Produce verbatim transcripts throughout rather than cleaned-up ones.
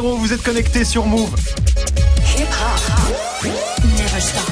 zéro, vous êtes connectés sur Move. Hip hop, never stop.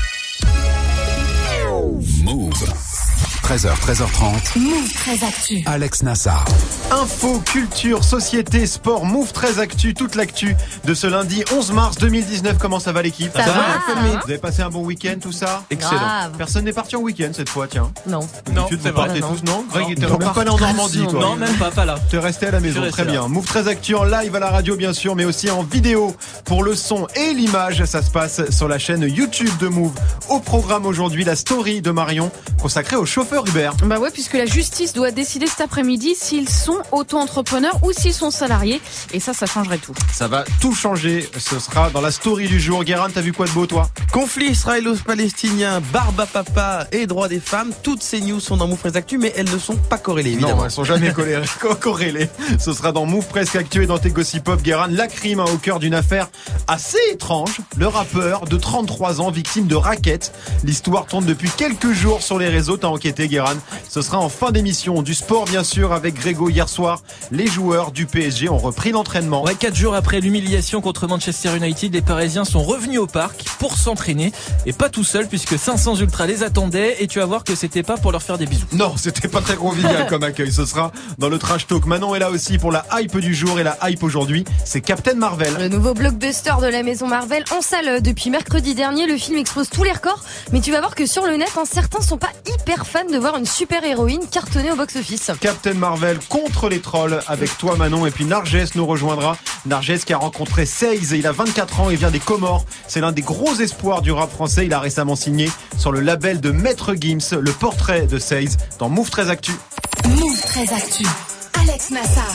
Move. treize heures, treize heures trente. Move treize Actu. Alex Nassar. Info, culture, société, sport, Move treize Actu, toute l'actu de ce lundi onze mars deux mille dix-neuf. Comment ça va l'équipe? Ça, ça va, va Vous avez passé un bon week-end, tout ça? Excellent. Grave. Personne n'est parti en week-end cette fois, tiens. Non. Non, Tu c'est vous partez vrai. tous, non? Greg, Non. t'es Non. même pas allé en Normandie, toi. Non, même pas, pas là. T'es resté à la maison, Je suis très resté bien. Move treize Actu en live à la radio, bien sûr, mais aussi en vidéo pour le son et l'image. Ça se passe sur la chaîne YouTube de Move. Au programme aujourd'hui, la story de Marion consacrée aux chauffeurs Uber. Bah ouais, puisque la justice doit décider cet après-midi s'ils sont auto-entrepreneurs ou s'ils sont salariés. Et ça, ça changerait tout. Ça va tout changer. Ce sera dans la story du jour. Guérin, t'as vu quoi de beau, toi? Conflit israélo-palestinien, barbe à papa et droits des femmes. Toutes ces news sont dans Move Presque Actu, mais elles ne sont pas corrélées, évidemment. Non, elles sont jamais collées- co- corrélées. Ce sera dans Move Presque Actu et dans tes Gossip Pop. Guérin, la crime hein, au cœur d'une affaire assez étrange. Le rappeur de trente-trois ans, victime de racket. L'histoire tourne depuis quelques jours sur les réseaux. T'as enquêté, Guérin. Ce sera en fin d'émission. Du sport, bien sûr, avec Grégo hier soir. Les joueurs du P S G ont repris l'entraînement. Ouais, quatre jours après l'humiliation contre Manchester United, les Parisiens sont revenus au parc pour s'entraîner. Et pas tout seuls, puisque cinq cents ultras les attendaient. Et tu vas voir que c'était pas pour leur faire des bisous. Non, c'était pas très convivial comme accueil. Ce sera dans le Trash Talk. Manon est là aussi pour la hype du jour. Et la hype aujourd'hui, c'est Captain Marvel. Le nouveau blockbuster de la maison Marvel en salle depuis mercredi dernier. Le film explose tous les records. Mais tu vas voir que sur le net, hein, certains sont pas hyper fans de voir une super-héroïne cartonnée au box-office. Captain Marvel contre les trolls avec toi Manon, et puis Narges nous rejoindra. Narges qui a rencontré Seize, il a vingt-quatre ans, il vient des Comores. C'est l'un des gros espoirs du rap français. Il a récemment signé sur le label de Maître Gims le portrait de Seize dans Move treize Actu. Move treize Actu. Alex Nassar.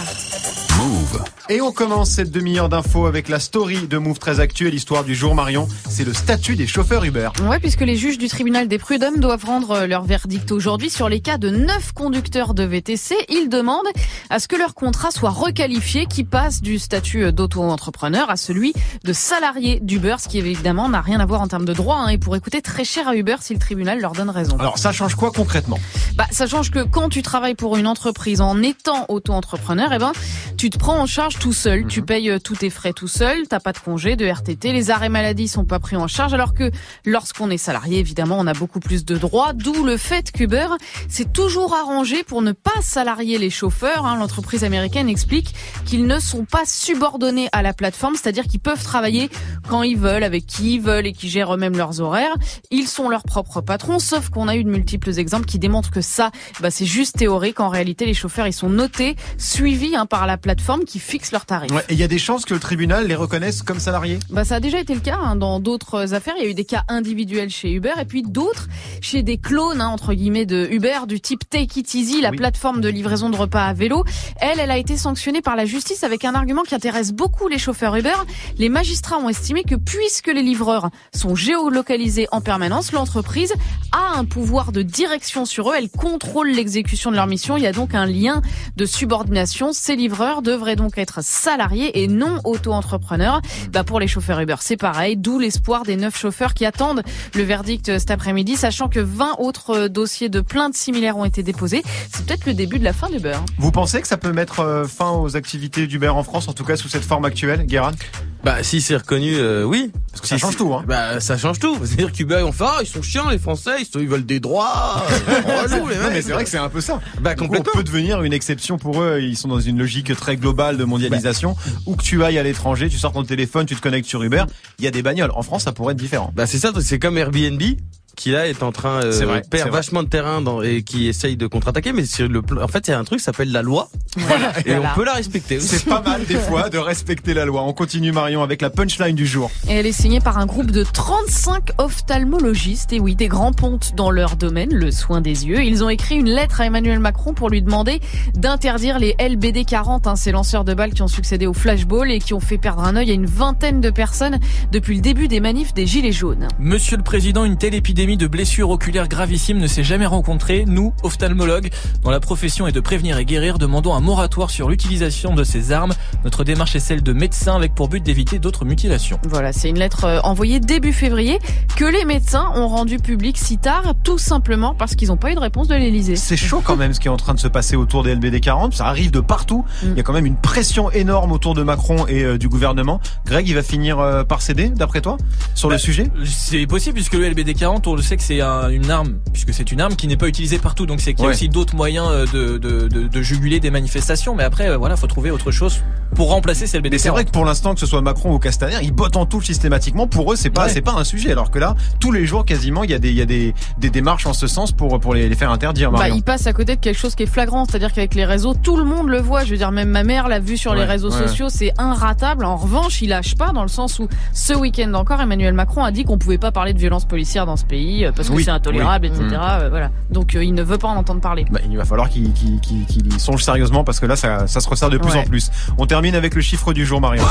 Move. Et on commence cette demi-heure d'infos avec la story de Move treize Actu et l'histoire du jour, Marion. C'est le statut des chauffeurs Uber. Ouais, puisque les juges du tribunal des prud'hommes doivent rendre leur verdict aujourd'hui sur les cas de neuf conducteurs de V T C. Ils demandent à ce que leur contrat soit requalifié, qui passe du statut d'auto-entrepreneur à celui de salarié d'Uber, ce qui évidemment n'a rien à voir en termes de droit hein, et pourrait coûter très cher à Uber si le tribunal leur donne raison. Alors ça change quoi concrètement? Bah, ça change que quand tu travailles pour une entreprise en étant auto-entrepreneur, eh ben, tu te prends en charge tout seul. Mmh. Tu payes tous tes frais tout seul. T'as pas de congé, de R T T. Les arrêts maladie sont pas pris en charge. Alors que lorsqu'on est salarié, évidemment, on a beaucoup plus de droits. D'où le fait qu'Uber s'est toujours arrangé pour ne pas salarier les chauffeurs. Hein. L'entreprise américaine explique qu'ils ne sont pas subordonnés à la plateforme, c'est-à-dire qu'ils peuvent travailler quand ils veulent, avec qui ils veulent et qui gèrent eux-mêmes leurs horaires. Ils sont leurs propres patrons, sauf qu'on a eu de multiples exemples qui démontrent que ça, bah, c'est juste théorique. En réalité, les chauffeurs, ils sont notés, suivis hein, par la plateforme qui fixe leurs tarifs. Ouais, et il y a des chances que le tribunal les reconnaisse comme salariés? Bah, ça a déjà été le cas hein, dans d'autres affaires. Il y a eu des cas individuels chez Uber et puis d'autres chez des clones, hein, entre guillemets, de Uber, du type Take It Easy, la oui. plateforme de livraison de repas à vélo. Elle, elle a été sanctionnée par la justice avec un argument qui intéresse beaucoup les chauffeurs Uber. Les magistrats ont estimé que puisque les livreurs sont géolocalisés en permanence, l'entreprise a un pouvoir de direction sur eux. Elle contrôle l'exécution de leur mission. Il y a donc un lien de subordination. Ces livreurs devraient donc être salariés et non auto-entrepreneurs. Bah pour les chauffeurs Uber, c'est pareil. D'où l'espoir des neuf chauffeurs qui attendent le verdict cet après-midi, sachant que vingt autres dossiers de plaintes similaires ont été déposés. C'est peut-être le début de la fin d'Uber. Vous pensez que ça peut mettre fin aux activités d'Uber en France, en tout cas sous cette forme actuelle, Guérin? Bah si c'est reconnu, euh, oui. Parce que ça si, change tout, hein. Bah ça change tout. C'est-à-dire qu'Uber on fait ah ils sont chiants les Français, ils, sont, ils veulent des droits. relou, les mecs. Non mais c'est vrai que c'est un peu ça. Bah Donc, complètement. on peut devenir une exception pour eux. Ils sont dans une logique très globale de mondialisation. Bah. Où que tu ailles à l'étranger, tu sors ton téléphone, tu te connectes sur Uber. Il y a des bagnoles. En France, ça pourrait être différent. Bah c'est ça. C'est comme Airbnb qui là est en train euh, c'est vrai, perd c'est vachement vrai. de terrain dans, et qui essaye de contre-attaquer, mais sur le en fait il y a un truc qui s'appelle la loi voilà, et voilà. on peut la respecter aussi. C'est pas mal des fois de respecter la loi. On continue Marion avec la punchline du jour. Et elle est signée par un groupe de trente-cinq ophtalmologistes et oui des grands pontes dans leur domaine, le soin des yeux. Ils ont écrit une lettre à Emmanuel Macron pour lui demander d'interdire les L B D quarante, hein, ces lanceurs de balles qui ont succédé au flashball et qui ont fait perdre un œil à une vingtaine de personnes depuis le début des manifs des Gilets jaunes. Monsieur le Président, une telle épidémie épidémie de blessures oculaires gravissimes ne s'est jamais rencontrée. Nous, ophtalmologues, dont la profession est de prévenir et guérir, demandons un moratoire sur l'utilisation de ces armes. Notre démarche est celle de médecins avec pour but d'éviter d'autres mutilations. Voilà, c'est une lettre envoyée début février que les médecins ont rendue publique si tard, tout simplement parce qu'ils n'ont pas eu de réponse de l'Elysée. C'est chaud quand même ce qui est en train de se passer autour des L B D quarante. Ça arrive de partout. Mm. Il y a quand même une pression énorme autour de Macron et euh, du gouvernement. Greg, il va finir euh, par céder, d'après toi, sur bah, le sujet? C'est possible puisque le L B D quarante, on le sait que c'est un, une arme, puisque c'est une arme qui n'est pas utilisée partout. Donc c'est qu'il y a ouais. aussi d'autres moyens de, de, de, de juguler des manifestations. Mais après, voilà, faut trouver autre chose pour remplacer ces L B D quarante. Mais c'est vrai que pour l'instant, que ce soit Macron ou Castaner, ils bottent en touche systématiquement. Pour eux, c'est pas, ouais. c'est pas un sujet. Alors que là, tous les jours, quasiment, il y a des, il y a des, des démarches en ce sens pour, pour les, les faire interdire. Bah, ils passent à côté de quelque chose qui est flagrant. C'est-à-dire qu'avec les réseaux, tout le monde le voit. Je veux dire, même ma mère l'a vu sur ouais, les réseaux ouais. sociaux. C'est inratable. En revanche, il lâche pas dans le sens où ce week-end encore, Emmanuel Macron a dit qu'on pouvait pas parler de violence policière dans ce pays parce que oui, c'est intolérable, oui. et cetera. Mmh. Voilà. Donc, euh, il ne veut pas en entendre parler. Bah, il va falloir qu'il, qu'il, qu'il, qu'il y songe sérieusement parce que là, ça, ça se resserre de plus ouais. en plus. On termine avec le chiffre du jour, Marion.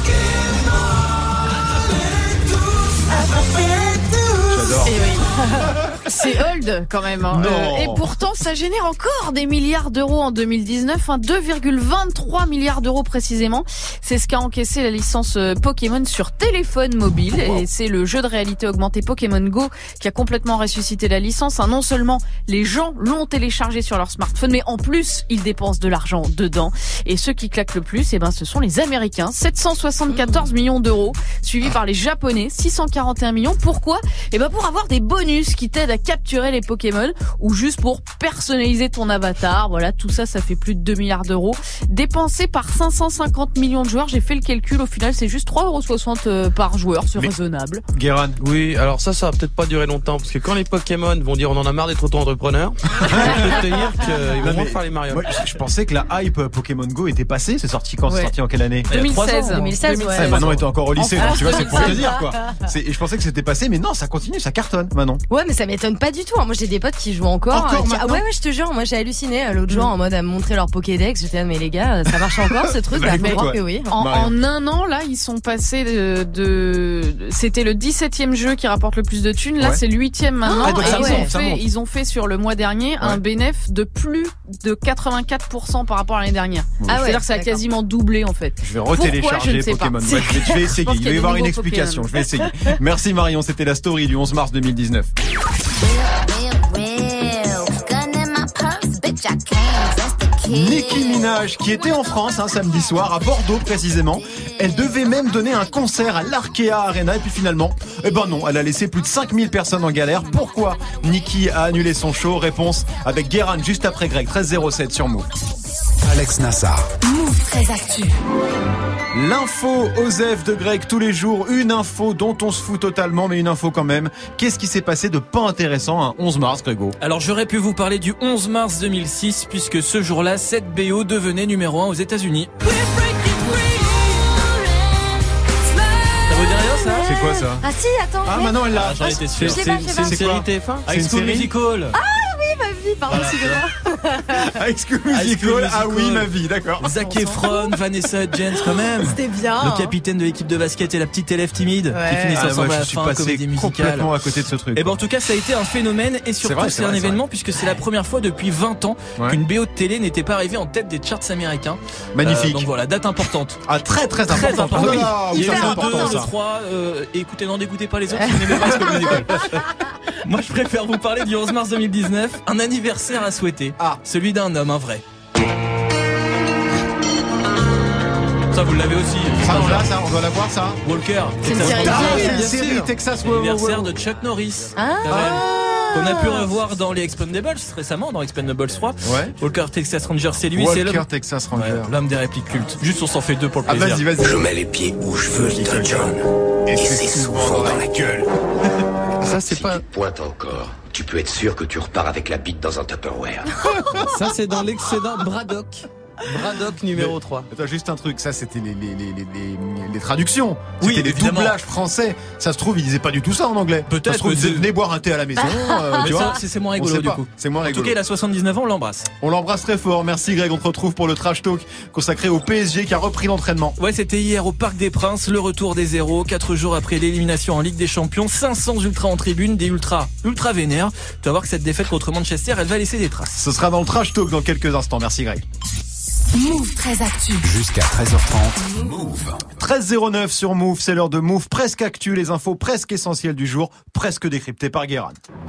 J'adore. Et oui. C'est old quand même. Hein. Euh, et pourtant, ça génère encore des milliards d'euros en deux mille dix-neuf, hein, deux virgule vingt-trois milliards d'euros précisément. C'est ce qu'a encaissé la licence Pokémon sur téléphone mobile. Et c'est le jeu de réalité augmentée Pokémon Go qui a complètement ressuscité la licence. Hein. Non seulement les gens l'ont téléchargé sur leur smartphone, mais en plus, ils dépensent de l'argent dedans. Et ceux qui claquent le plus, eh ben, ce sont les Américains. sept cent soixante-quatorze millions d'euros, suivis par les Japonais, six cent quarante et un millions. Pourquoi? Eh ben, pour avoir des bonus qui t'aident à capturer les Pokémon ou juste pour personnaliser ton avatar. Voilà, tout ça, ça fait plus de deux milliards d'euros dépensés par cinq cent cinquante millions de joueurs. J'ai fait le calcul, au final, c'est juste trois euros soixante par joueur, c'est Mais, raisonnable. Guérin. Oui, alors ça, ça va peut-être pas durer longtemps parce que quand les Pokémon vont dire on en a marre d'être auto-entrepreneurs, je peux te dire qu'ils vont faire les marionnettes. Moi, je, je pensais que la hype Pokémon Go était passée. C'est sorti quand? Ouais. C'est sorti en quelle année? deux mille seize. deux mille seize, ouais. Ah, Manon était encore au lycée, donc, tu vois, c'est pour te dire quoi. C'est, et je pensais que c'était passé, mais non, ça continue, ça cartonne, Manon. Ouais, mais ça m'étonne pas du tout. Moi, j'ai des potes qui jouent encore. Encore ah ouais, ouais, je te jure. Moi, j'ai halluciné l'autre jour en mode à me montrer leur Pokédex. J'étais, mais les gars, ça marche encore ce truc? Bah, je crois que oui. En, en un an, là, ils sont passés de, de, c'était le dix-septième jeu qui rapporte le plus de thunes. Là, ouais. c'est le huitième maintenant. Ah, donc, et ça ils, monte, ont ça fait, monte. ils ont fait sur le mois dernier ouais. un bénéf de plus de quatre-vingt-quatre pour cent par rapport à l'année dernière. Ah ouais, c'est-à-dire que ça a d'accord. quasiment doublé en fait. Je vais retélécharger Pokémon. Ouais, je, vais, je vais essayer. Il va y avoir une explication. Pokémon. Je vais essayer. Merci Marion. C'était la story du onze mars deux mille dix-neuf. Nicki Minaj qui était en France un samedi soir à Bordeaux précisément. Elle devait même donner un concert à l'Arkea Arena et puis finalement, eh ben non, elle a laissé plus de cinq mille personnes en galère. Pourquoi Nicki a annulé son show? Réponse avec Guérin juste après Greg, treize zéro sept sur Move. Alex Nassar. Move très actu. L'info Osef de Greg tous les jours, une info dont on se fout totalement, mais une info quand même. Qu'est-ce qui s'est passé de pas intéressant un onze mars, Grégo? Alors j'aurais pu vous parler du onze mars deux mille six, puisque ce jour-là, cette B O devenait numéro un aux États-Unis. Ça vous dit rien ça? C'est quoi ça? Ah si, attends. Ah maintenant elle l'a. Ah, j'en étais sûr. Je sais pas, je sais pas. C'est une série T F un? High School Musical. Ah oui, ma vie, pardon, excusez-moi. High School Musical, ah oui, ma vie, d'accord. Zac Efron, Vanessa Hudgens quand même. C'était bien. Le capitaine de l'équipe de basket et la petite élève timide ouais. qui finissent ah, ensemble moi, à la je fin, comédie musicale. Complètement à côté de ce truc. Et ben en tout cas, ça a été un phénomène et surtout c'est, vrai, c'est, c'est un vrai, événement c'est puisque c'est la première fois depuis vingt ans ouais. qu'une B O de télé n'était pas arrivée en tête des charts américains. Magnifique. Euh, donc voilà, date importante. Ah très très, très important. important. Ah, il y a eu le important, deux, ça. le trois, euh, écoutez, n'en dégoûtez pas les autres si vous n'aimez pas ce que musical. Moi je préfère vous parler du onze mars deux mille dix-neuf, un anniversaire à souhaiter. Ah. Celui d'un homme, un vrai. Ça vous l'avez aussi. Ça on l'a, ça, on doit l'avoir ça. Walker. C'est une série, ah, c'est une série Texas. Anniversaire de Chuck Norris. Ah. Qu'on a pu revoir dans les Expendables récemment, dans Expendables trois. Ouais. Walker Texas Ranger, c'est lui, Walker c'est l'homme. Texas Ranger. Ouais, l'homme des répliques cultes. Juste on s'en fait deux pour le ah, plaisir. Vas-y, vas-y. Je mets les pieds où je veux, Little John. Et, Et c'est souvent dans la gueule. Ça c'est si pas. tu pointes encore, tu peux être sûr que tu repars avec la bite dans un Tupperware. Ça c'est dans l'excédent Braddock. Braddock numéro trois. Attends, juste un truc, ça c'était les, les, les, les, les, les traductions. Oui, C'était les évidemment. doublages français. Ça se trouve, ils disaient pas du tout ça en anglais. Peut-être, Ça se trouve, mais ils disaient c'est- venez boire un thé à la maison. euh, Mais tu ça, vois. c'est c'est moins On rigolo sait du pas. coup. C'est moins En tout rigolo. cas, il a soixante-dix-neuf ans, on l'embrasse. On l'embrasse très fort. Merci Greg. On te retrouve pour le trash talk consacré au P S G qui a repris l'entraînement. Ouais, c'était hier au Parc des Princes, le retour des Héros, quatre jours après l'élimination en Ligue des Champions, cinq cents ultras en tribune, des ultras ultra vénères. Tu vas voir que cette défaite contre Manchester, elle va laisser des traces. Ce sera dans le trash talk dans quelques instants. Merci Greg. Move très actu. Jusqu'à treize heures trente. Move. treize zéro neuf sur Move, c'est l'heure de Move presque actu, les infos presque essentielles du jour, presque décryptées par Guérin.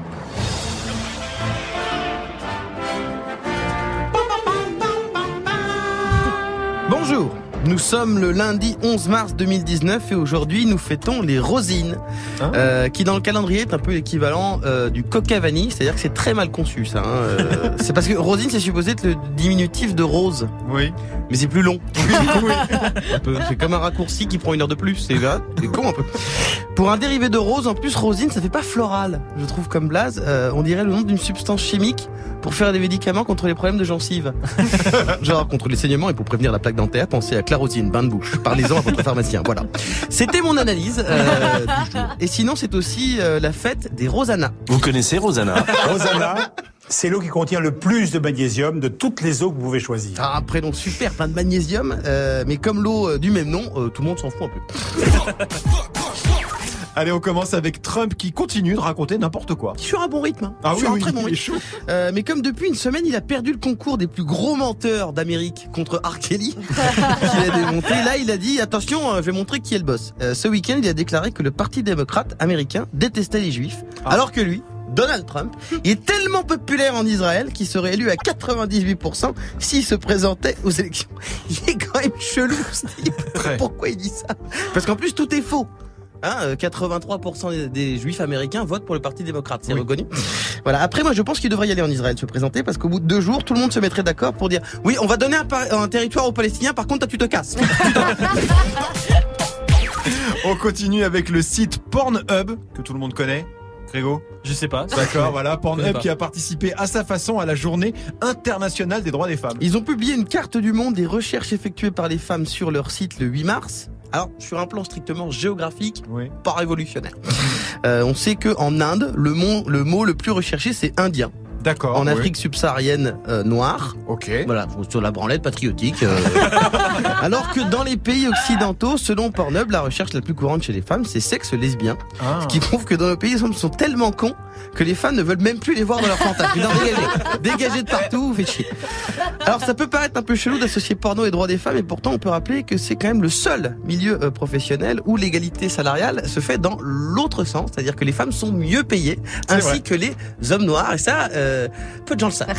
Bonjour, nous sommes le lundi onze mars deux mille dix-neuf et aujourd'hui nous fêtons les Rosines, Hein euh, qui dans le calendrier est un peu l'équivalent euh, du coca vanille, c'est-à-dire que c'est très mal conçu ça. Hein, euh, c'est parce que Rosine c'est supposé être le diminutif de rose, Oui. mais c'est plus long. Un peu, c'est comme un raccourci qui prend une heure de plus, c'est là, c'est con un peu. Pour un dérivé de rose, en plus Rosine ça fait pas floral, je trouve comme blaze, euh, on dirait le nom d'une substance chimique pour faire des médicaments contre les problèmes de gencives. Genre contre les saignements et pour prévenir la plaque dentaire, pensez à Clarosine, bain de bouche. Parlez-en à votre pharmacien. Voilà. C'était mon analyse euh, du jour. Et sinon, c'est aussi euh, la fête des Rosanna. Vous connaissez Rosanna? Rosanna, c'est l'eau qui contient le plus de magnésium de toutes les eaux que vous pouvez choisir. Ah, un prénom super, plein de magnésium. Euh, mais comme l'eau euh, du même nom, euh, tout le monde s'en fout un peu. Allez, on commence avec Trump qui continue de raconter n'importe quoi. Sur un bon rythme. Hein. Ah oui, Sur un oui, très bon il est rythme. chaud. Euh, mais comme depuis une semaine, il a perdu le concours des plus gros menteurs d'Amérique contre R. Kelly, qu'il a démonté. Là, il a dit, attention, euh, je vais montrer qui est le boss. Euh, ce week-end, il a déclaré que le Parti démocrate américain détestait les juifs, Ah. alors que lui, Donald Trump, il est tellement populaire en Israël qu'il serait élu à quatre-vingt-dix-huit pour cent s'il se présentait aux élections. Il est quand même chelou, ce type. Très. Pourquoi il dit ça? Parce qu'en plus, tout est faux. Hein, quatre-vingt-trois pour cent des, des juifs américains votent pour le Parti démocrate, c'est Oui. reconnu. Voilà. Après, moi, je pense qu'il devrait y aller en Israël se présenter parce qu'au bout de deux jours, tout le monde se mettrait d'accord pour dire oui, on va donner un, par- un territoire aux Palestiniens. Par contre, toi, tu te casses. On continue avec le site Pornhub, que tout le monde connaît. Grégo? Je sais pas. D'accord, voilà, connais Pornhub pas. qui a participé à sa façon à la journée internationale des droits des femmes. Ils ont publié une carte du monde des recherches effectuées par les femmes sur leur site le huit mars. Alors, sur un plan strictement géographique, Oui. pas révolutionnaire. Euh, on sait que en Inde, le mot, le mot le plus recherché, c'est indien. D'accord. En oui. Afrique subsaharienne, euh, noir. Ok. Voilà, sur la branlette patriotique. euh. Alors que dans les pays occidentaux, selon Pornhub, la recherche la plus courante chez les femmes, c'est sexe lesbien. Ah. Ce qui prouve que dans nos pays, les hommes sont tellement cons que les femmes ne veulent même plus les voir dans leur fantasme. Non, dégagez. Dégagez de partout, vous faites chier. Alors ça peut paraître un peu chelou d'associer porno et droits des femmes, et pourtant on peut rappeler que c'est quand même le seul milieu euh, professionnel où l'égalité salariale se fait dans l'autre sens, c'est-à-dire que les femmes sont mieux payées, C'est ainsi vrai. que les hommes noirs, et ça, euh, peu de gens le savent.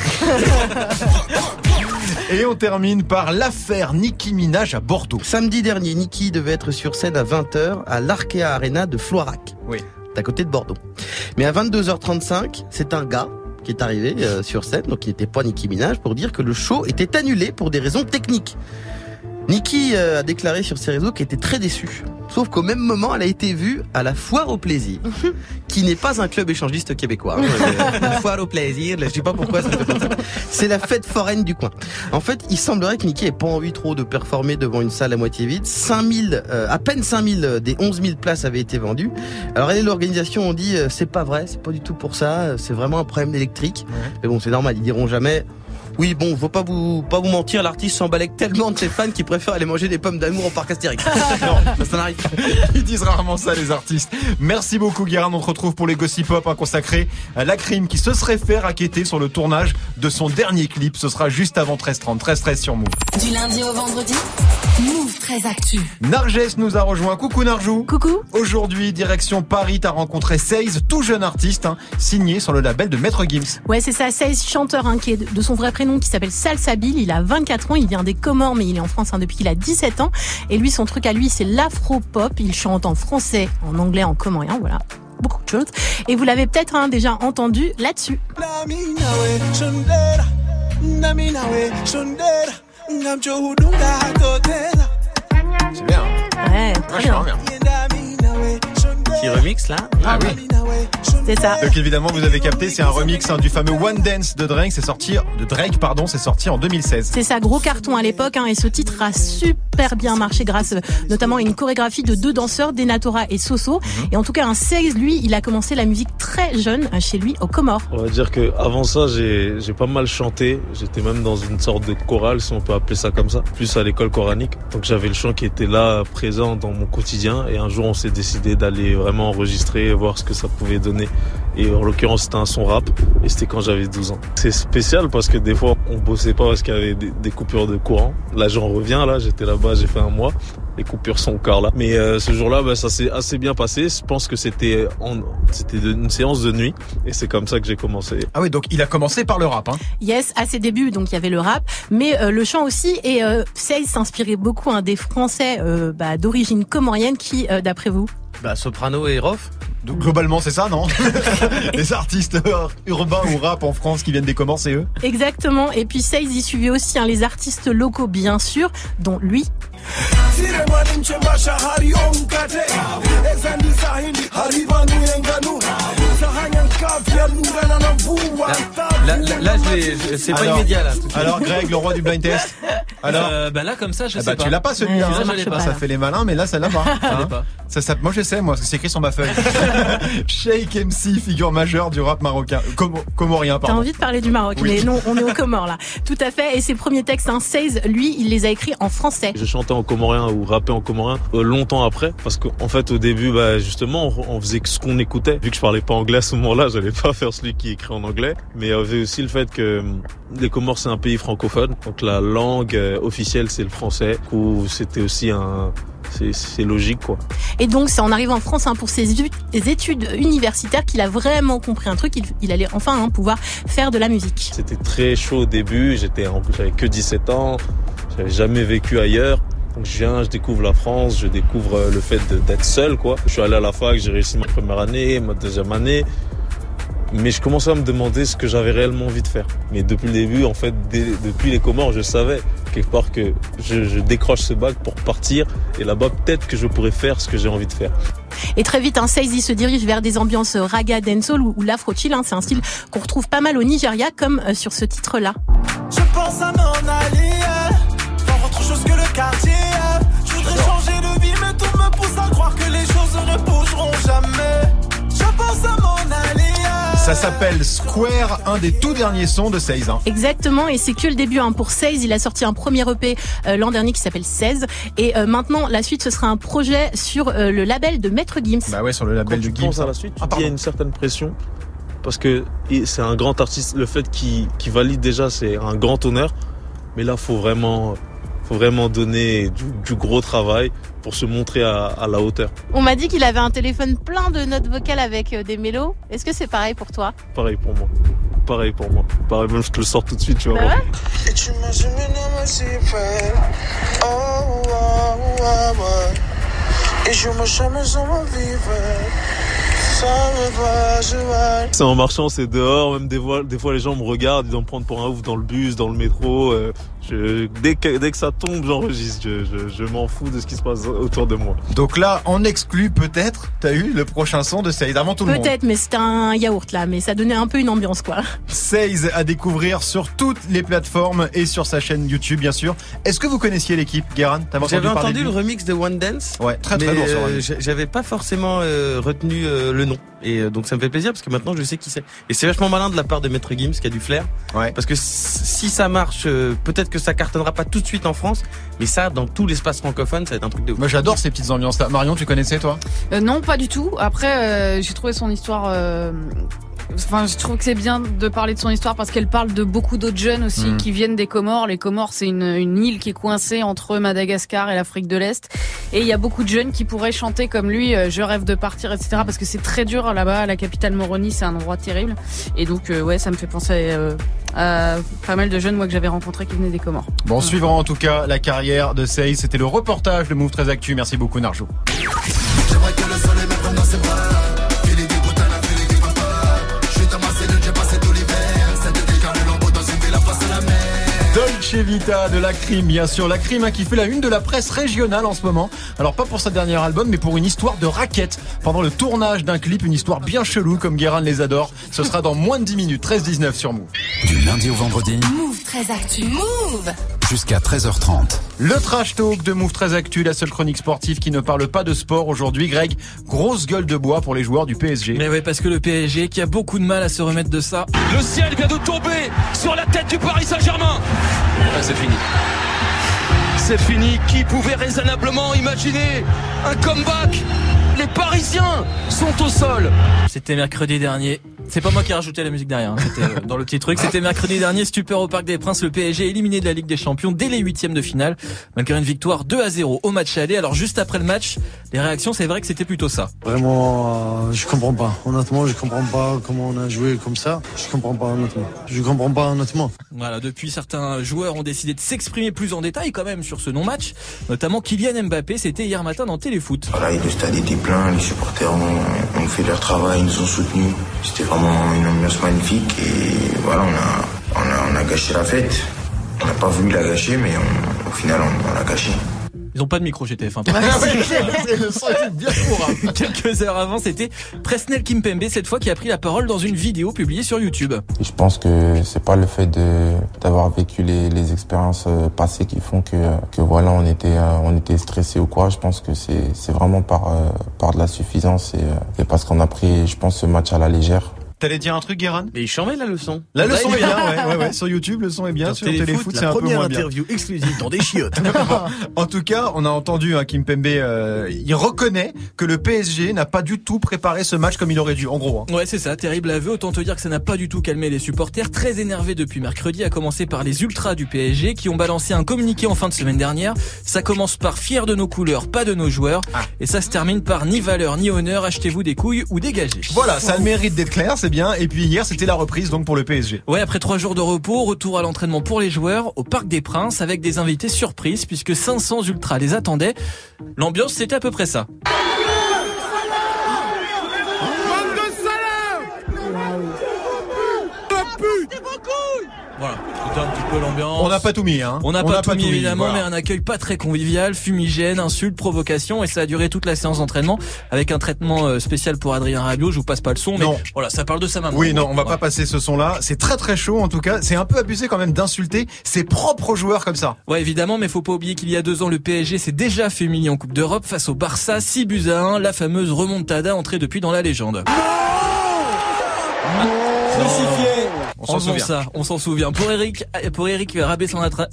Et on termine par l'affaire Nicki Minaj à Bordeaux. Samedi dernier, Nicki devait être sur scène à vingt heures à l'Arkea Arena de Floirac, Oui. d'à côté de Bordeaux. Mais à vingt-deux heures trente-cinq, c'est un gars qui est arrivé euh, sur scène, donc il n'était pas Nicki Minaj, pour dire que le show était annulé pour des raisons techniques. Nicki euh, a déclaré sur ses réseaux qu'elle était très déçue. Sauf qu'au même moment, elle a été vue à la Foire au Plaisir, qui n'est pas un club échangiste québécois. hein. La Foire au Plaisir, je sais pas pourquoi ça me fait penser. C'est la fête foraine du coin. En fait, il semblerait que Nicki ait pas envie trop de performer devant une salle à moitié vide. cinq mille, euh, à peine cinq mille des onze mille places avaient été vendues. Alors elle et l'organisation ont dit euh, c'est pas vrai, c'est pas du tout pour ça, c'est vraiment un problème électrique. Ouais. Mais bon, c'est normal, ils diront jamais. Oui, bon, faut pas vous, pas vous mentir, l'artiste s'emballait tellement de ses fans qu'il préfère aller manger des pommes d'amour au parc Astérix. Non, ça, ça n'arrive pas. Ils disent rarement ça, les artistes. Merci beaucoup, Guérin. On te retrouve pour les Gossip Pop, hein, consacré à la crime qui se serait fait racketter sur le tournage de son dernier clip. Ce sera juste avant treize trente. treize treize sur Move. Du lundi au vendredi, Move très actu. Narges nous a rejoint. Coucou Narjou. Coucou. Aujourd'hui, direction Paris, t'as rencontré Seize, tout jeune artiste, hein, signé sur le label de Maître Gims. Ouais, c'est ça, Seize, chanteur, hein, qui est de son vrai prénom, qui s'appelle Salsabil. Il a vingt-quatre ans, il vient des Comores, mais il est en France hein, depuis qu'il a dix-sept ans. Et lui, son truc à lui, c'est l'afro-pop. Il chante en français, en anglais, en comorien, voilà. Beaucoup de choses. Et vous l'avez peut-être hein, déjà entendu là-dessus. C'est bien, hein. Ouais, très bien. Vachement bien. Petit remix là. Ah oui. C'est ça. Donc évidemment, vous avez capté, c'est un remix hein, du fameux One Dance de Drake. C'est sorti de Drake, pardon, c'est sorti en deux mille seize. C'est ça, gros carton à l'époque, hein, et ce titre a super bien marché grâce notamment à une chorégraphie de deux danseurs, Denatora et Soso. Mm-hmm. Et en tout cas, un seize, lui, il a commencé la musique très jeune chez lui aux Comores. On va dire que avant ça, j'ai j'ai pas mal chanté. J'étais même dans une sorte de chorale, si on peut appeler ça comme ça, plus à l'école coranique. Donc j'avais le chant qui était là, présent dans mon quotidien. Et un jour, on s'est décidé d'aller vraiment enregistrer, voir ce que ça pouvait donner. Et en l'occurrence, c'était un son rap. Et c'était quand j'avais douze ans. C'est spécial parce que des fois, on bossait pas parce qu'il y avait des, des coupures de courant. Là, j'en reviens. Là, j'étais là-bas, j'ai fait un mois. Les coupures sont encore là. Mais euh, ce jour-là, bah, ça s'est assez bien passé. Je pense que c'était en, c'était une séance de nuit. Et c'est comme ça que j'ai commencé. Ah oui, donc il a commencé par le rap. Hein. Yes, à ses débuts, donc il y avait le rap. Mais euh, le chant aussi. Et euh, Seize s'inspirait beaucoup hein, des Français euh, bah, d'origine comorienne qui, euh, d'après vous Bah, Soprano et Rof. Donc globalement c'est ça, non? Les artistes urbains ou rap en France qui viennent des Comores, c'est eux? Exactement. Et puis Seize y suivait aussi hein, les artistes locaux bien sûr, dont lui. Là, là, là je c'est pas alors, immédiat là. Alors Greg, le roi du blind test. Alors, euh, bah là comme ça, je ah sais bah, pas. Tu l'as pas celui-là. Ouais, hein, ça, je l'ai pas. Ça fait les malins, mais là ça l'a pas. Hein. pas. Ça, ça, moi je sais, moi, parce que c'est écrit sur ma feuille. Sheikh M C, figure majeure du rap marocain, Com comorien, pardon. T'as envie de parler du Maroc, oui. Mais non, on est aux Comores là. Tout à fait. Et ses premiers textes, hein, Seize, lui, il les a écrits en français. Je chantais en comorien ou rappais en comorien euh, longtemps après, parce qu'en fait au début, bah justement, on, on faisait ce qu'on écoutait. Vu que je parlais pas anglais à ce moment-là, j'allais pas faire celui qui écrit en anglais. Mais il y avait aussi le fait que les Comores c'est un pays francophone, donc la langue euh, officielle c'est le français. Où c'était aussi un c'est logique quoi. Et donc c'est en arrivant en France hein, pour ses études universitaires qu'il a vraiment compris un truc, il, il allait enfin hein, pouvoir faire de la musique. C'était très chaud au début, j'étais en plus j'avais que dix-sept ans, j'avais jamais vécu ailleurs. Donc je viens, je découvre la France, je découvre le fait d'être seul quoi. Je suis allé à la fac, j'ai réussi ma première année, ma deuxième année. Mais je commençais à me demander ce que j'avais réellement envie de faire. Mais depuis le début, en fait, dès, depuis les Comores, je savais quelque part que je, je décroche ce bac pour partir. Et là-bas, peut-être que je pourrais faire ce que j'ai envie de faire. Et très vite, un Seize se dirige vers des ambiances raga, dancehall ou, ou l'afro-chill. Hein, c'est un style qu'on retrouve pas mal au Nigeria, comme euh, sur ce titre-là. Je pense à m'en aller, faire autre chose que le quartier. Je voudrais changer de vie, mais tout me pousse à croire que les choses ne bougeront jamais. Je pense à m'en aller. Ça s'appelle Square, un des tout derniers sons de Seize. Hein. Exactement, et c'est que le début hein, pour Seize. Il a sorti un premier E P euh, l'an dernier qui s'appelle seize. Et euh, maintenant, la suite, ce sera un projet sur euh, le label de Maître Gims. Bah ouais, sur le label Quand de tu Gims. penses à la suite, tu ah, dis, il y a une certaine pression. Parce que c'est un grand artiste. Le fait qu'il qu'il valide déjà, c'est un grand honneur. Mais là, faut vraiment... faut vraiment donner du, du gros travail pour se montrer à, à la hauteur. On m'a dit qu'il avait un téléphone plein de notes vocales avec des mélos. Est-ce que c'est pareil pour toi? Pareil pour moi. Pareil pour moi. Pareil, même je te le sors tout de suite, tu vas bah voir. Ouais. Et tu m'as oh, oh, oh, oh, et je me jamais en ma vie. C'est en marchant, c'est dehors, même des fois, des fois les gens me regardent, ils vont me prendre pour un ouf dans le bus, dans le métro. Euh, je, dès, que, dès que ça tombe, j'enregistre. Je, je, je m'en fous de ce qui se passe autour de moi. Donc là, en exclu, peut-être, t'as eu le prochain son de Seize avant tout le monde. Peut-être, mais c'était un yaourt là, mais ça donnait un peu une ambiance quoi. Seize à découvrir sur toutes les plateformes et sur sa chaîne YouTube, bien sûr. Est-ce que vous connaissiez l'équipe, Guérin? J'avais entendu, entendu le remix de One Dance. Ouais, très très mais lourd. Euh, J'avais pas forcément euh, retenu euh, le nom. Et euh, donc ça me fait plaisir parce que maintenant je sais qui c'est. Et c'est vachement malin de la part de Maître Gims qui a du flair. Ouais. Parce que si ça marche, euh, peut-être que ça cartonnera pas tout de suite en France, mais ça, dans tout l'espace francophone, ça va être un truc de ouf. Moi j'adore ces petites ambiances-là. Marion, tu connaissais toi? euh, Non, pas du tout. Après, euh, j'ai trouvé son histoire... Euh... Enfin, je trouve que c'est bien de parler de son histoire parce qu'elle parle de beaucoup d'autres jeunes aussi mmh. qui viennent des Comores. Les Comores, c'est une, une île qui est coincée entre Madagascar et l'Afrique de l'Est. Et il y a beaucoup de jeunes qui pourraient chanter comme lui, euh, je rêve de partir, et cetera. Parce que c'est très dur là-bas, la capitale Moroni, c'est un endroit terrible. Et donc, euh, ouais, ça me fait penser euh, à pas mal de jeunes, moi, que j'avais rencontrés qui venaient des Comores. Bon, voilà. Suivant en tout cas la carrière de Seize. C'était le reportage de Move très Actu. Merci beaucoup, Narjo. J'aimerais que le soleil me prenne dans ses bras. Dolce Dolce Vita de La Crime, bien sûr. La Crime hein, qui fait la une de la presse régionale en ce moment. Alors pas pour sa dernière album, mais pour une histoire de raquette. Pendant le tournage d'un clip, une histoire bien chelou comme Guérin les adore. Ce sera dans moins de dix minutes, treize dix-neuf sur Move. Du lundi au vendredi. Move très actu. Move. Jusqu'à treize heures trente. Le trash talk de Move très actu, la seule chronique sportive qui ne parle pas de sport aujourd'hui. Greg, grosse gueule de bois pour les joueurs du P S G. Mais oui, parce que le P S G qui a beaucoup de mal à se remettre de ça. Le ciel vient de tomber sur la tête du Paris Saint-Germain. Ah, c'est fini. C'est fini. Qui pouvait raisonnablement imaginer un comeback? Les Parisiens sont au sol. C'était mercredi dernier. C'est pas moi qui ai rajouté la musique derrière, hein. C'était dans le petit truc. C'était mercredi dernier, stupeur au Parc des Princes. Le P S G éliminé de la Ligue des Champions dès les huitièmes de finale, malgré une victoire deux à zéro au match aller. Alors juste après le match, les réactions, c'est vrai que c'était plutôt ça. Vraiment, euh, je comprends pas. Honnêtement, je comprends pas comment on a joué comme ça. Je comprends pas honnêtement. Je comprends pas honnêtement. Voilà, depuis certains joueurs ont décidé de s'exprimer plus en détail quand même sur ce non-match, notamment Kylian Mbappé. C'était hier matin dans Téléfoot. Voilà, le stade était plein, les supporters ont, ont fait leur travail, ils nous ont soutenus. C'était vraiment une ambiance magnifique et voilà, on a, on a, on a gâché la fête. On n'a pas voulu la gâcher, mais on, au final, on, on l'a gâché. Ils ont pas de micro G T F. Hein, le son était bien courant. Quelques heures avant, c'était Presnel Kimpembe, cette fois, qui a pris la parole dans une vidéo publiée sur YouTube. Et je pense que c'est pas le fait de d'avoir vécu les, les expériences passées qui font que que voilà, on était on était stressé ou quoi. Je pense que c'est c'est vraiment par par de la suffisance et, et parce qu'on a pris, je pense, ce match à la légère. T'allais dire un truc, Guérin? Mais il chantait la leçon. La leçon est bien, ouais, ouais, ouais. Sur YouTube, le son est bien. Sur Téléfoot, c'est un peu moins bien. Première interview exclusive dans des chiottes. En tout cas, on a entendu hein, Kimpembe, euh, il reconnaît que le P S G n'a pas du tout préparé ce match comme il aurait dû, en gros. Hein. Ouais, c'est ça, terrible aveu. Autant te dire que ça n'a pas du tout calmé les supporters, très énervés depuis mercredi, à commencer par les ultras du P S G qui ont balancé un communiqué en fin de semaine dernière. Ça commence par fier de nos couleurs, pas de nos joueurs. Ah. Et ça se termine par ni valeur ni honneur, achetez-vous des couilles ou dégagez. Voilà, ça a le mérite d'être clair, c'est bien. Et puis hier, c'était la reprise donc pour le P S G. Ouais, après trois jours de repos, retour à l'entraînement pour les joueurs au Parc des Princes avec des invités surprises puisque cinq cents ultras les attendaient. L'ambiance, c'était à peu près ça. Voilà, c'était un petit peu l'ambiance. On n'a pas tout mis, hein. On n'a pas, pas tout mis, évidemment, voilà. Mais un accueil pas très convivial, fumigène, insultes, provocations, et ça a duré toute la séance d'entraînement avec un traitement spécial pour Adrien Rabiot. Je vous passe pas le son, mais non. Voilà, ça parle de sa maman. Oui, non, on va ouais. pas passer ce son-là. C'est très très chaud, en tout cas. C'est un peu abusé quand même d'insulter ses propres joueurs comme ça. Ouais, évidemment, mais faut pas oublier qu'il y a deux ans, le P S G s'est déjà fait humilier en Coupe d'Europe face au Barça, six buts à un, la fameuse remontada entrée depuis dans la légende. Non ah. Crucifié. On s'en souvient. Ça, on s'en souvient. Pour Eric, pour Eric Rabessandratana,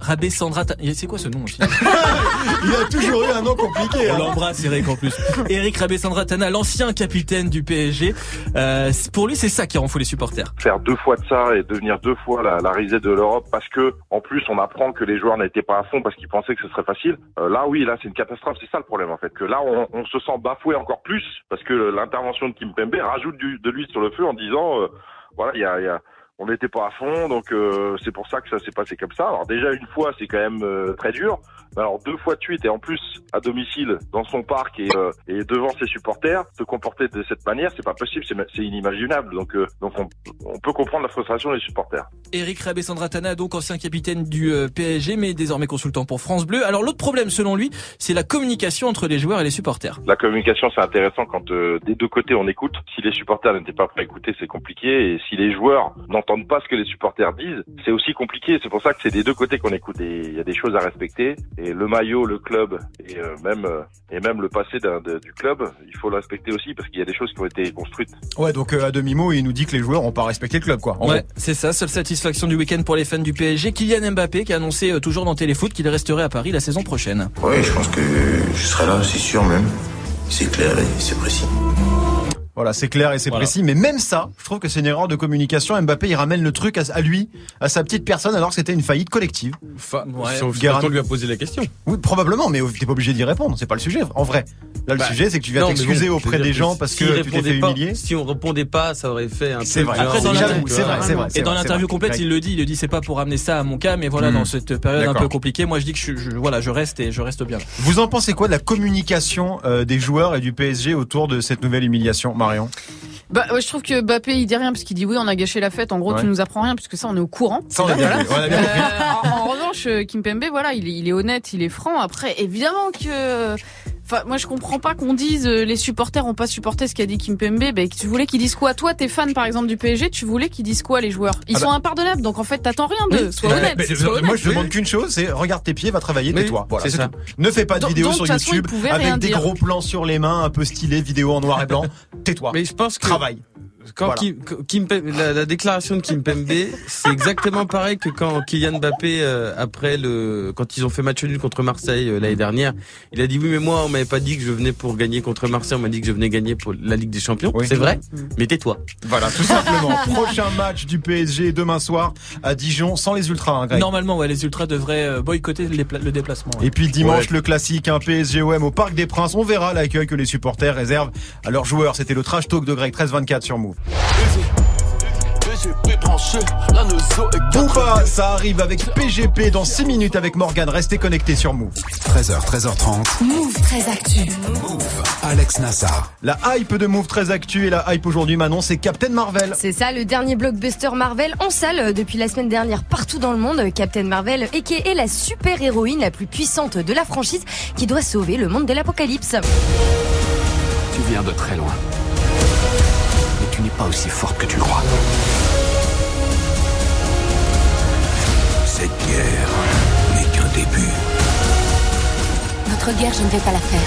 c'est quoi ce nom aussi? Il a toujours eu un nom compliqué. On hein. l'embrasse, Eric, en plus. Eric Rabessandratana, l'ancien capitaine du P S G. Euh, pour lui, c'est ça qui rend fou les supporters. Faire deux fois de ça et devenir deux fois la, la risée de l'Europe parce que, en plus, on apprend que les joueurs n'étaient pas à fond parce qu'ils pensaient que ce serait facile. Euh, là, oui, là, c'est une catastrophe. C'est ça le problème, en fait. Que là, on, on se sent bafoué encore plus parce que l'intervention de Kimpembe rajoute du, de l'huile sur le feu en disant, euh, voilà, il y a, y a on n'était pas à fond, donc euh, c'est pour ça que ça s'est passé comme ça. Alors déjà une fois, c'est quand même euh, très dur. Alors deux fois de suite et en plus à domicile dans son parc et, euh, et devant ses supporters, se comporter de cette manière, c'est pas possible, c'est, c'est inimaginable. Donc euh, donc on, on peut comprendre la frustration des supporters. Eric Rabessandratana, donc ancien capitaine du euh, P S G, mais désormais consultant pour France Bleu. Alors l'autre problème selon lui, c'est la communication entre les joueurs et les supporters. La communication, c'est intéressant quand euh, des deux côtés on écoute. Si les supporters n'étaient pas prêts à écouter, c'est compliqué. Et si les joueurs n'entendent pas ce que les supporters disent, c'est aussi compliqué. C'est pour ça que c'est des deux côtés qu'on écoute. Et il y a des choses à respecter. Et le maillot, le club et euh, même euh, et même le passé d'un, de, du club, il faut le respecter aussi parce qu'il y a des choses qui ont été construites. Ouais, donc euh, à demi-mot, il nous dit que les joueurs n'ont pas respecté le club, quoi. Ouais, gros. C'est ça. Seule satisfaction du week-end pour les fans du P S G. Kylian Mbappé qui a annoncé euh, toujours dans Téléfoot qu'il resterait à Paris la saison prochaine. Ouais, je pense que je serai là, c'est sûr même. C'est clair et c'est précis. Voilà, c'est clair et c'est voilà. précis. Mais même ça, je trouve que c'est une erreur de communication. Mbappé, il ramène le truc à, à lui, à sa petite personne, alors que c'était une faillite collective. Fa- ouais. Sauf qu'on lui a posé la question. Oui, probablement, mais t'es pas obligé d'y répondre. C'est pas le sujet, en vrai. Là, le bah, sujet, c'est que tu viens non, t'excuser bon, auprès des gens parce si que tu t'es fait pas, humilier. Si on répondait pas, ça aurait fait un c'est peu. Vrai. Après, dans c'est, c'est vrai, c'est vrai. Et dans l'interview complète, il le dit, il le dit, c'est pas pour ramener ça à mon cas, mais voilà, mmh. dans cette période D'accord. un peu compliquée, moi je dis que je, je, voilà, je reste et je reste bien. Vous en pensez quoi de la communication euh, des joueurs et du P S G autour de cette nouvelle humiliation, Marion? Bah, ouais, je trouve que Mbappé, il dit rien parce qu'il dit oui, on a gâché la fête. En gros, ouais. tu nous apprends rien puisque ça, on est au courant. Ça, on, est bien, voilà. on a bien compris. Euh, en, en revanche, Kimpembe, voilà, il est, il est honnête, il est franc. Après, évidemment que... Enfin, moi, je comprends pas qu'on dise euh, les supporters ont pas supporté ce qu'a dit Kimpembe. Ben, tu voulais qu'ils disent quoi? Toi, t'es fan, par exemple, du P S G, tu voulais qu'ils disent quoi, les joueurs? Ils ah sont bah... impardonnables, donc en fait, t'attends rien d'eux. Sois bah, honnête. Mais, sois moi, honnête. je demande qu'une chose, c'est regarde tes pieds, va travailler, oui, tais-toi. Voilà, c'est, c'est ça. tout. Ne fais pas de donc, vidéos donc, sur de façon, YouTube avec des dire. gros plans sur les mains, un peu stylés, vidéo en noir et blanc. Tais-toi. Mais je pense que travaille. Quand voilà. Kim, Kim, la, la déclaration de Kimpembe, c'est exactement pareil que quand Kylian Mbappé, euh, après le, quand ils ont fait match nul contre Marseille euh, l'année dernière, il a dit oui mais moi on m'avait pas dit que je venais pour gagner contre Marseille, on m'a dit que je venais gagner pour la Ligue des Champions. Oui. C'est vrai, mmh. mais tais-toi. Voilà, tout simplement. Prochain match du P S G demain soir à Dijon, sans les Ultras. Hein, Greg. Normalement, ouais, les Ultras devraient boycotter le déplacement. Ouais. Et puis dimanche, ouais. le classique, un P S G O M au Parc des Princes. On verra l'accueil que les supporters réservent à leurs joueurs. C'était le trash talk de Greg, treize vingt-quatre sur Move. Booba, ça arrive avec P G P dans six minutes avec Morgane. Restez connectés sur Move. treize heures, treize heures trente. Move très actu. Move. Alex Nassar. La hype de Move très actu et la hype aujourd'hui, Manon, c'est Captain Marvel. C'est ça, le dernier blockbuster Marvel en salle depuis la semaine dernière partout dans le monde. Captain Marvel, aka la super-héroïne la plus puissante de la franchise qui doit sauver le monde de l'apocalypse. Tu viens de très loin. Mais tu n'es pas aussi forte que tu le crois. Cette guerre n'est qu'un début. Notre guerre, je ne vais pas la faire.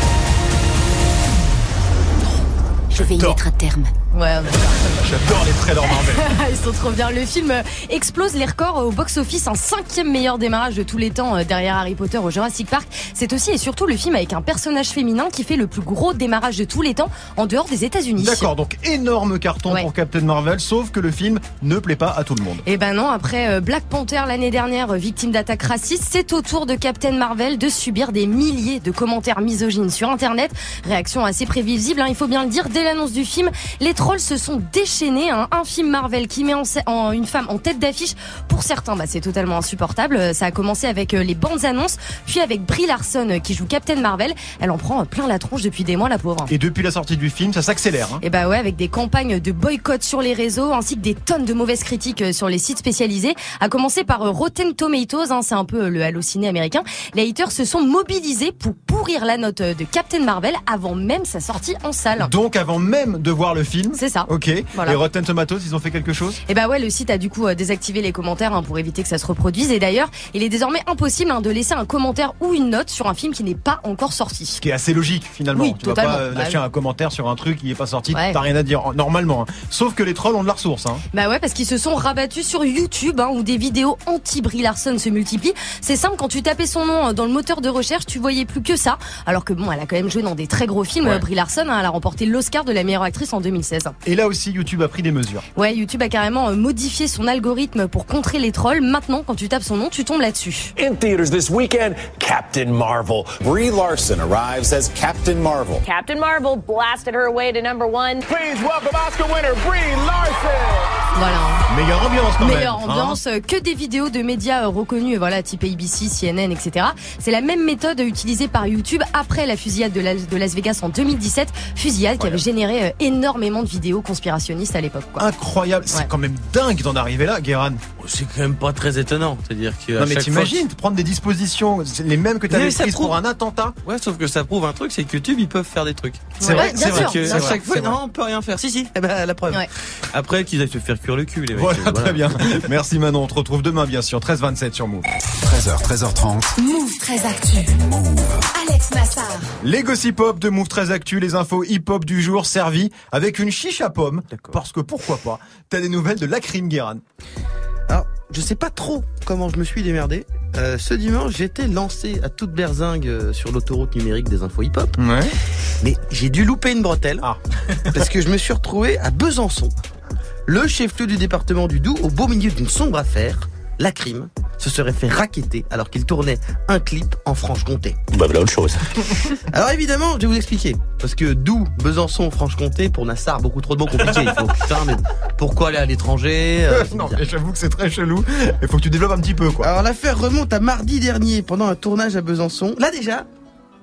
Je vais y mettre un terme. Ouais, d'accord. J'adore les trailers Marvel. Ils sont trop bien. Le film explose les records au box-office, un cinquième meilleur démarrage de tous les temps derrière Harry Potter au Jurassic Park. C'est aussi et surtout le film avec un personnage féminin qui fait le plus gros démarrage de tous les temps en dehors des États-Unis. D'accord, donc énorme carton ouais. pour Captain Marvel, sauf que le film ne plaît pas à tout le monde. Eh ben non, après Black Panther l'année dernière, victime d'attaques racistes, c'est au tour de Captain Marvel de subir des milliers de commentaires misogynes sur Internet. Réaction assez prévisible, hein, il faut bien le dire. Dès l'annonce du film, les trolls se sont déchaînés. Hein. Un film Marvel qui met en, en une femme en tête d'affiche, pour certains, bah, c'est totalement insupportable. Ça a commencé avec les bandes annonces, puis avec Brie Larson qui joue Captain Marvel. Elle en prend plein la tronche depuis des mois, la pauvre. Et depuis la sortie du film, ça s'accélère. Hein. Et bah ouais, avec des campagnes de boycott sur les réseaux, ainsi que des tonnes de mauvaises critiques sur les sites spécialisés. À commencer par Rotten Tomatoes, hein, c'est un peu le Allociné américain. Les haters se sont mobilisés pour pourrir la note de Captain Marvel avant même sa sortie en salle. Donc avant même de voir le film. C'est ça. Ok. Voilà. Et Rotten Tomatoes, ils ont fait quelque chose? Et bah ouais, le site a du coup désactivé les commentaires hein, pour éviter que ça se reproduise. Et d'ailleurs, il est désormais impossible hein, de laisser un commentaire ou une note sur un film qui n'est pas encore sorti. Ce qui est assez logique finalement. Oui, tu totalement. vas pas bah, lâcher oui. un commentaire sur un truc qui n'est pas sorti. Ouais. T'as rien à dire normalement. Hein. Sauf que les trolls ont de la ressource. Hein. Bah ouais, parce qu'ils se sont rabattus sur YouTube hein, où des vidéos anti-Brie Larson se multiplient. C'est simple, quand tu tapais son nom dans le moteur de recherche, tu voyais plus que ça. Alors que bon, elle a quand même joué dans des très gros films. Ouais. Brie Larson, hein, elle a remporté l'Oscar de la meilleure actrice en deux mille seize. Et là aussi, YouTube a pris des mesures. Ouais, YouTube a carrément modifié son algorithme pour contrer les trolls. Maintenant, quand tu tapes son nom, tu tombes là-dessus. In theaters this weekend, Captain Marvel. Brie Larson arrives as Captain Marvel. Captain Marvel blasted her way to number one. Please welcome Oscar winner Brie Larson. Voilà. Meilleure ambiance quand Meilleure même. ambiance, hein. Que des vidéos de médias reconnus, voilà, type A B C, C N N, et cetera. C'est la même méthode utilisée par YouTube après la fusillade de, la, de Las Vegas en deux mille dix-sept. Fusillade qui avait généré énormément de vidéos conspirationnistes à l'époque. Quoi. Incroyable, c'est ouais. quand même dingue d'en arriver là, Guéran. C'est quand même pas très étonnant, c'est-à-dire que non mais t'imagines fois... prendre des dispositions les mêmes que t'avais prises pour un attentat. Ouais, sauf que ça prouve un truc, c'est que YouTube ils peuvent faire des trucs. C'est vrai, c'est vrai. Que à chaque fois, non, on peut rien faire. Si si, eh ben la preuve. Ouais. Après qu'ils aillent se faire cuire le cul, les mecs. Voilà, voilà. Très bien. Merci Manon, on te retrouve demain bien sûr, treize vingt-sept sur Move. treize heures, treize heures trente. Move très actu. Move. Alex Nassar. Les gossip hop de Move très actu, les infos hip-hop du jour servies avec une chiche à pomme. D'accord. Parce que pourquoi pas. T'as des nouvelles de Lacrim, Guéran. Alors, je sais pas trop comment je me suis démerdé. Euh, ce dimanche, j'étais lancé à toute berzingue euh, sur l'autoroute numérique des infos hip-hop. Ouais. Mais j'ai dû louper une bretelle. Ah. Parce que je me suis retrouvé à Besançon, le chef-lieu du département du Doubs, au beau milieu d'une sombre affaire. Lacrim se serait fait racketter alors qu'il tournait un clip en Franche-Comté. Bah voilà autre chose. Alors évidemment, je vais vous expliquer. Parce que Doubs, Besançon, Franche-Comté, pour Nassar, beaucoup trop de mots compliqués. Il faut, putain, mais pourquoi aller à l'étranger euh, Non, mais j'avoue que c'est très chelou. Il faut que tu développes un petit peu, quoi. Alors l'affaire remonte à mardi dernier, pendant un tournage à Besançon. Là déjà,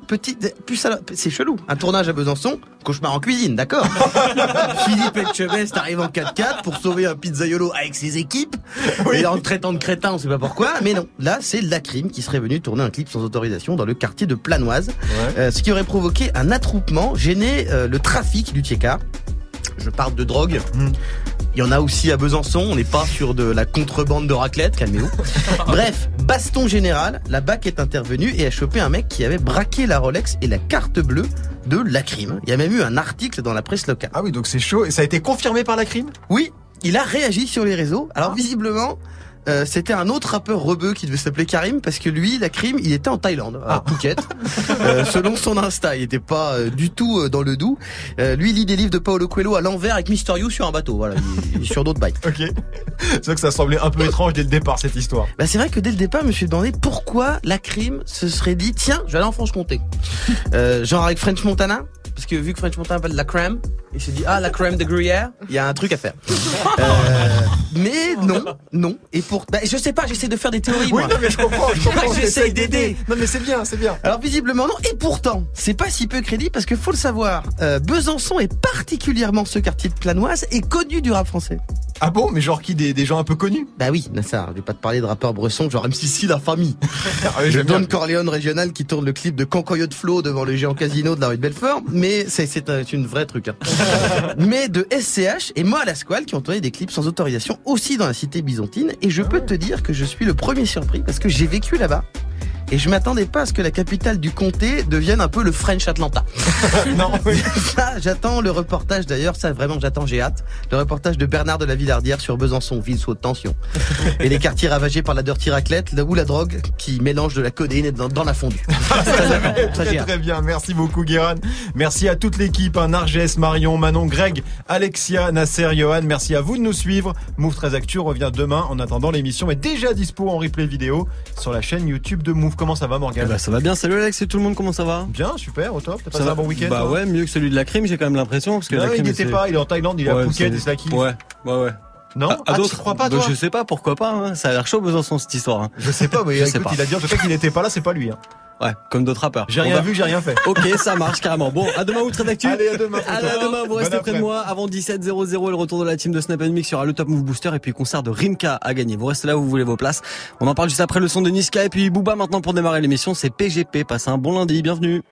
petite, plus ça, c'est chelou. Un tournage à Besançon, cauchemar en cuisine, d'accord. Philippe Etchebest arrive en quatre-quatre pour sauver un pizzaiolo avec ses équipes. Oui. Et en le traitant de crétin, on sait pas pourquoi. Mais non, là, c'est la crime qui serait venue tourner un clip sans autorisation dans le quartier de Planoise. Ouais. Euh, ce qui aurait provoqué un attroupement, gêné euh, le trafic du Tchéka. Je parle de drogue. Mmh. Il y en a aussi à Besançon, on n'est pas sur de la contrebande de raclette, calmez-vous. Bref, baston général, la B A C est intervenue et a chopé un mec qui avait braqué la Rolex et la carte bleue de la crime. Il y a même eu un article dans la presse locale. Ah oui, donc c'est chaud. Et ça a été confirmé par la crime ? Oui, il a réagi sur les réseaux. Alors ah. visiblement... Euh, c'était un autre rappeur rebeu qui devait s'appeler Karim parce que lui, la crime, il était en Thaïlande, à Phuket. euh, selon son Insta, il était pas euh, du tout euh, dans le doux. Euh, lui, il lit des livres de Paulo Coelho à l'envers avec Mister You sur un bateau. Voilà, il, il est sur d'autres bails. Ok. C'est vrai que ça semblait un peu étrange dès le départ cette histoire. Bah c'est vrai que dès le départ, je me suis demandé pourquoi la crime se serait dit tiens, je vais aller en Franche-Comté. euh, genre avec French Montana. Parce que vu que French Montana appelle la crème, il s'est dit ah la crème de Gruyère, il y a un truc à faire. Euh, mais non, non. Et pour, bah, je sais pas, j'essaie de faire des théories. Oui, moi. non mais je comprends. Je comprends j'essaie d'aider. Non mais c'est bien, c'est bien. Alors visiblement non. Et pourtant, c'est pas si peu crédible parce que faut le savoir, euh, Besançon est particulièrement ce quartier de Planoise est connu du rap français. Ah bon, mais genre qui des, des gens un peu connus? Bah oui, ça, je vais pas te parler de rappeurs bressons genre M C C la famille. Ah oui, le Don Corleone régional qui tourne le clip de Cancoyote Flow devant le géant casino de la rue de Belfort, mais c'est c'est un, une vraie truc. Hein. Mais de S C H et moi à la Squale qui ont tourné des clips sans autorisation aussi dans la cité byzantine et je peux te dire que je suis le premier surpris parce que j'ai vécu là-bas. Et je m'attendais pas à ce que la capitale du comté devienne un peu le French Atlanta. Non, oui. Ça, j'attends le reportage d'ailleurs, ça vraiment j'attends, j'ai hâte. Le reportage de Bernard de la Villardière sur Besançon, ville sous haute tension. Et les quartiers ravagés par la dirty raclette, là où la drogue qui mélange de la codéine dans, dans la fondue. très, très, très bien, merci beaucoup Guéran. Merci à toute l'équipe, hein, Narges, Marion, Manon, Greg, Alexia, Nasser, Johan. Merci à vous de nous suivre. Move treize Actu revient demain. En attendant, l'émission est déjà dispo en replay vidéo sur la chaîne YouTube de Move. Comment ça va Morgane? Eh ben, ça va bien, salut Alex et tout le monde, comment ça va? Bien, super, au top. T'as ça passé va. un bon week-end? Bah toi ouais, mieux que celui de la crime, j'ai quand même l'impression. Parce que non, la crime, il n'était pas, il est en Thaïlande, il est ouais, à Phuket et c'est là qu'il. Ouais, ouais, ouais. Non? À, ah, d'autres, tu crois pas, toi? Je sais pas, pourquoi pas, hein. Ça a l'air chaud Besançon cette histoire. Hein. Je sais pas, mais écoute, pas. Il a dit en tout cas qu'il n'était pas là, c'est pas lui. Hein. Ouais, comme d'autres rappeurs. J'ai rien va... vu, j'ai rien fait. Ok, ça marche carrément. Bon, à demain, Outre d'actu. Allez, à demain. Allez, à demain, vous restez près de moi. Avant dix-sept zéro zéro, le retour de la team de Snap and Mix, il y aura le Top Move Booster et puis concert de Rimka à gagner. Vous restez là où vous voulez vos places. On en parle juste après le son de Niska et puis Booba maintenant pour démarrer l'émission. C'est P G P. Passez un bon lundi, bienvenue.